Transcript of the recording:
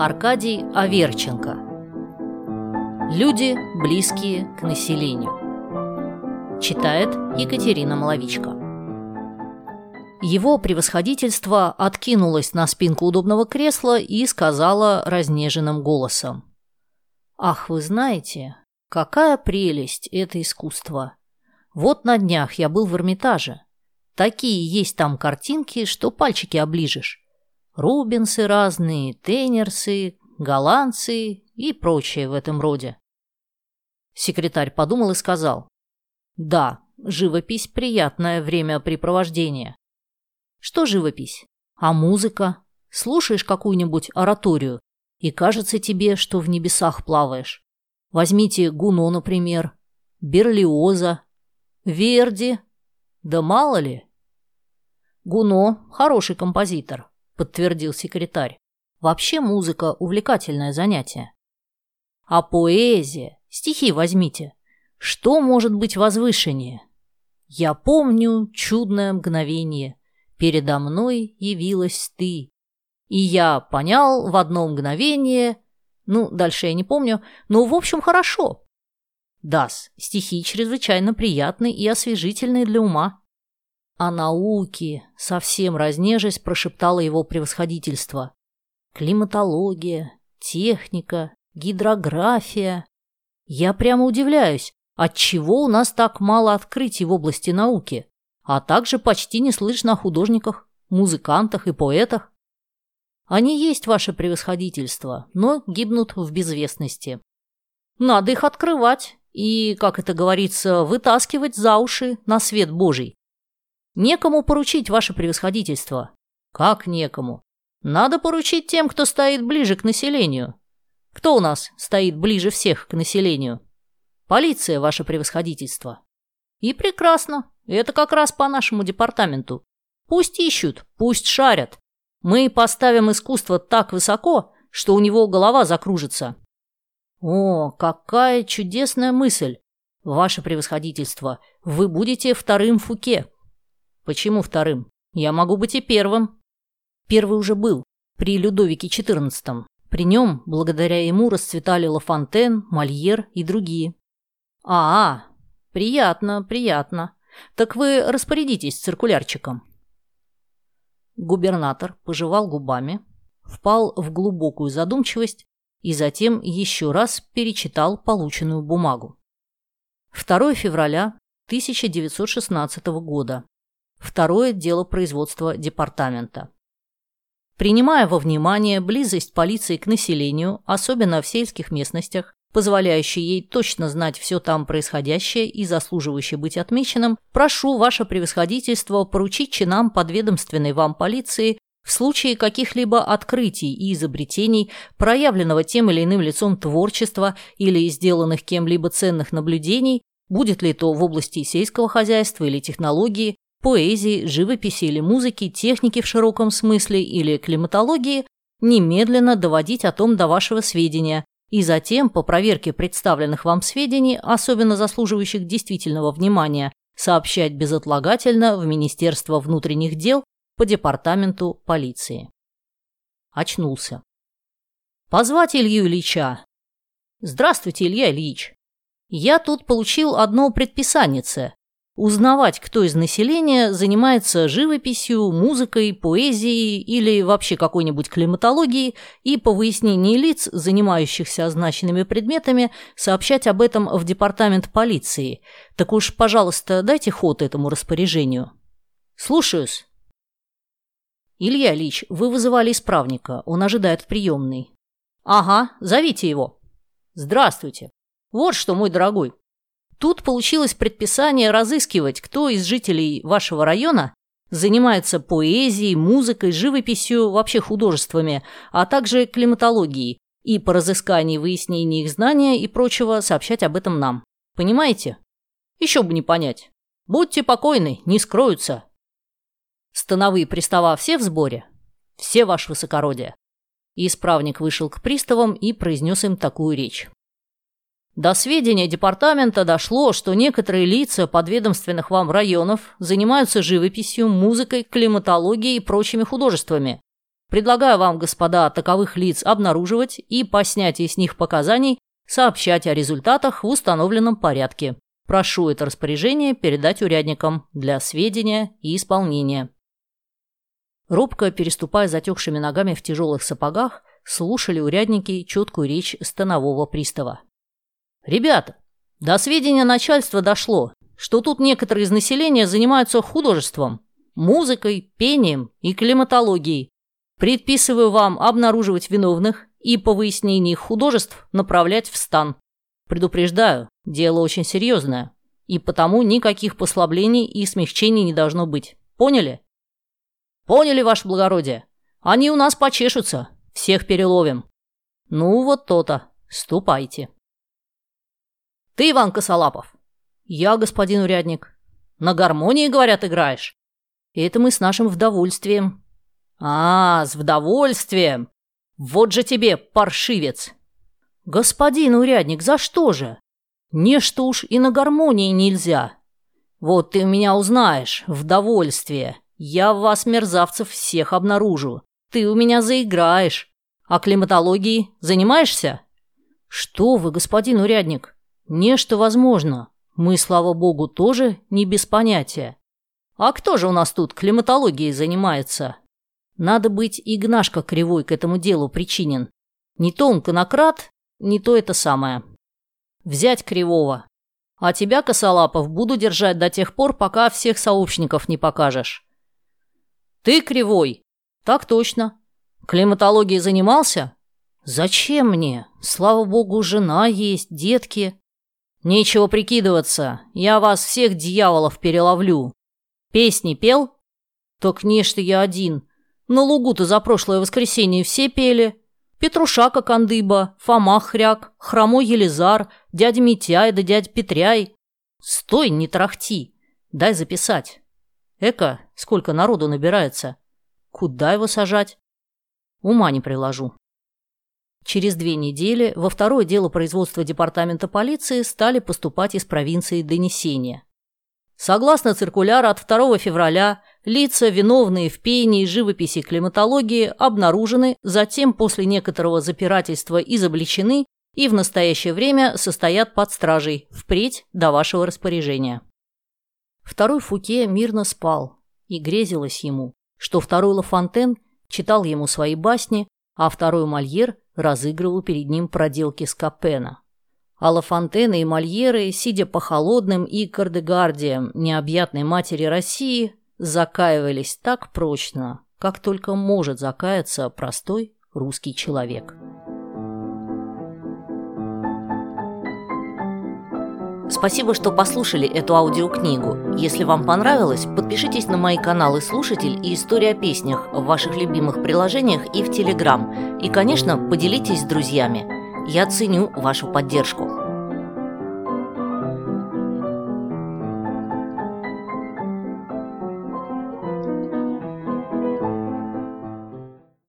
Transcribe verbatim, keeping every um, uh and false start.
Аркадий Аверченко. Люди, близкие к населению. Читает Екатерина Маловичка. Его превосходительство откинулось на спинку удобного кресла и сказала разнеженным голосом: «Ах, вы знаете, какая прелесть это искусство! Вот на днях я был в Эрмитаже. Такие есть там картинки, что пальчики оближешь. Рубенсы разные, Тейнерсы, голландцы и прочее в этом роде». Секретарь подумал и сказал: «Да, живопись – приятное времяпрепровождение». «Что живопись? А музыка? Слушаешь какую-нибудь ораторию, и кажется тебе, что в небесах плаваешь. Возьмите Гуно, например, Берлиоза, Верди. Да мало ли». «Гуно – хороший композитор», – подтвердил секретарь. «Вообще музыка – увлекательное занятие». «А поэзия? Стихи возьмите. Что может быть возвышеннее? Я помню чудное мгновение. Передо мной явилась ты. И я понял в одно мгновение...» Ну, дальше я не помню, но в общем хорошо. Да-с, стихи чрезвычайно приятны и освежительны для ума. «О науке», — совсем разнежась, прошептало его превосходительство. «Климатология, техника, гидрография. Я прямо удивляюсь, отчего у нас так мало открытий в области науки, а также почти не слышно о художниках, музыкантах и поэтах. Они есть, ваше превосходительство, но гибнут в безвестности. Надо их открывать и, как это говорится, вытаскивать за уши на свет Божий. Некому поручить, ваше превосходительство». «Как некому? Надо поручить тем, кто стоит ближе к населению». «Кто у нас стоит ближе всех к населению?» «Полиция, ваше превосходительство». «И прекрасно. Это как раз по нашему департаменту. Пусть ищут, пусть шарят. Мы поставим искусство так высоко, что у него голова закружится». «О, какая чудесная мысль! Ваше превосходительство, вы будете вторым Фуке». «Почему вторым? Я могу быть и первым». «Первый уже был, при Людовике четырнадцатом. При нем, благодаря ему, расцветали Ла Фонтен, Мольер и другие». «А, приятно, приятно. Так вы распорядитесь циркулярчиком». Губернатор пожевал губами, впал в глубокую задумчивость и затем еще раз перечитал полученную бумагу. второе февраля тысяча девятьсот шестнадцатого года. Второе дело производства департамента. Принимая во внимание близость полиции к населению, особенно в сельских местностях, позволяющей ей точно знать все там происходящее и заслуживающее быть отмеченным, прошу ваше превосходительство поручить чинам подведомственной вам полиции в случае каких-либо открытий и изобретений, проявленного тем или иным лицом творчества или сделанных кем-либо ценных наблюдений, будет ли то в области сельского хозяйства или технологии, поэзии, живописи или музыки, техники в широком смысле или климатологии, немедленно доводить о том до вашего сведения и затем, по проверке представленных вам сведений, особенно заслуживающих действительного внимания, сообщать безотлагательно в Министерство внутренних дел по департаменту полиции. Очнулся. «Позвать Илью Ильича». «Здравствуйте, Илья Ильич. Я тут получил одно предписанице. Узнавать, кто из населения занимается живописью, музыкой, поэзией или вообще какой-нибудь климатологией, и по выяснении лиц, занимающихся означенными предметами, сообщать об этом в департамент полиции. Так уж, пожалуйста, дайте ход этому распоряжению». «Слушаюсь». «Илья Ильич, вы вызывали исправника, он ожидает в приемной». «Ага, зовите его». «Здравствуйте. Вот что, мой дорогой. Тут получилось предписание разыскивать, кто из жителей вашего района занимается поэзией, музыкой, живописью, вообще художествами, а также климатологией, и по разыскании, выяснении их знания и прочего сообщать об этом нам. Понимаете? Еще бы не понять. Будьте покойны, не скроются». «Становые пристава все в сборе?» «Все, ваше высокородие». Исправник вышел к приставам и произнес им такую речь. До сведения департамента дошло, что некоторые лица подведомственных вам районов занимаются живописью, музыкой, климатологией и прочими художествами. Предлагаю вам, господа, таковых лиц обнаруживать и по снятии с них показаний сообщать о результатах в установленном порядке. Прошу это распоряжение передать урядникам для сведения и исполнения». Робко переступая затекшими ногами в тяжелых сапогах, слушали урядники четкую речь станового пристава. «Ребята, до сведения начальства дошло, что тут некоторые из населения занимаются художеством, музыкой, пением и климатологией. Предписываю вам обнаруживать виновных и по выяснении их художеств направлять в стан. Предупреждаю, дело очень серьезное, и потому никаких послаблений и смягчений не должно быть. Поняли?» «Поняли, ваше благородие. Они у нас почешутся. Всех переловим». «Ну, вот то-то. Ступайте». «Ты, Иван Косолапов?» «Я, господин урядник». «На гармонии, говорят, играешь?» «Это мы с нашим вдовольствием». «А, с вдовольствием. Вот же тебе, паршивец!» «Господин урядник, за что же? Нечто уж и на гармонии нельзя. Вот ты меня узнаешь, вдовольствие. Я в вас, мерзавцев, всех обнаружу. Ты у меня заиграешь. А климатологией занимаешься?» «Что вы, господин урядник? Нечто возможно. Мы, слава богу, тоже не без понятия». «А кто же у нас тут климатологией занимается?» «Надо быть, Игнашка Кривой к этому делу причинен. Не то он конократ, не то это самое. Взять Кривого. А тебя, Косолапов, буду держать до тех пор, пока всех сообщников не покажешь». «Ты Кривой?» «Так точно. Климатологией занимался?» «Зачем мне? Слава богу, жена есть, детки». «Нечего прикидываться. Я вас всех дьяволов переловлю. Песни пел?» «Так нечто я один. На лугу-то за прошлое воскресенье все пели. Петрушака Кандыба, Фома Хряк, Хромой Елизар, дядя Митяй да дядя Петряй». «Стой, не тарахти. Дай записать. Эка, сколько народу набирается. Куда его сажать? Ума не приложу». Через две недели во второе дело производства департамента полиции стали поступать из провинции донесения. Согласно циркуляру от второго февраля, лица, виновные в пении, живописи и климатологии, обнаружены, затем после некоторого запирательства изобличены и в настоящее время состоят под стражей, впредь до вашего распоряжения. Второй Фуке мирно спал, и грезилось ему, что второй Лафонтен читал ему свои басни, а второй Мольер разыгрывал перед ним проделки Скопена. А Лафонтены и Мольеры, сидя по холодным и кардегардиям необъятной матери России, закаивались так прочно, как только может закаяться простой русский человек. Спасибо, что послушали эту аудиокнигу. Если вам понравилось, подпишитесь на мои каналы «Слушатель» и «История о песнях» в ваших любимых приложениях и в Телеграм. И, конечно, поделитесь с друзьями. Я ценю вашу поддержку.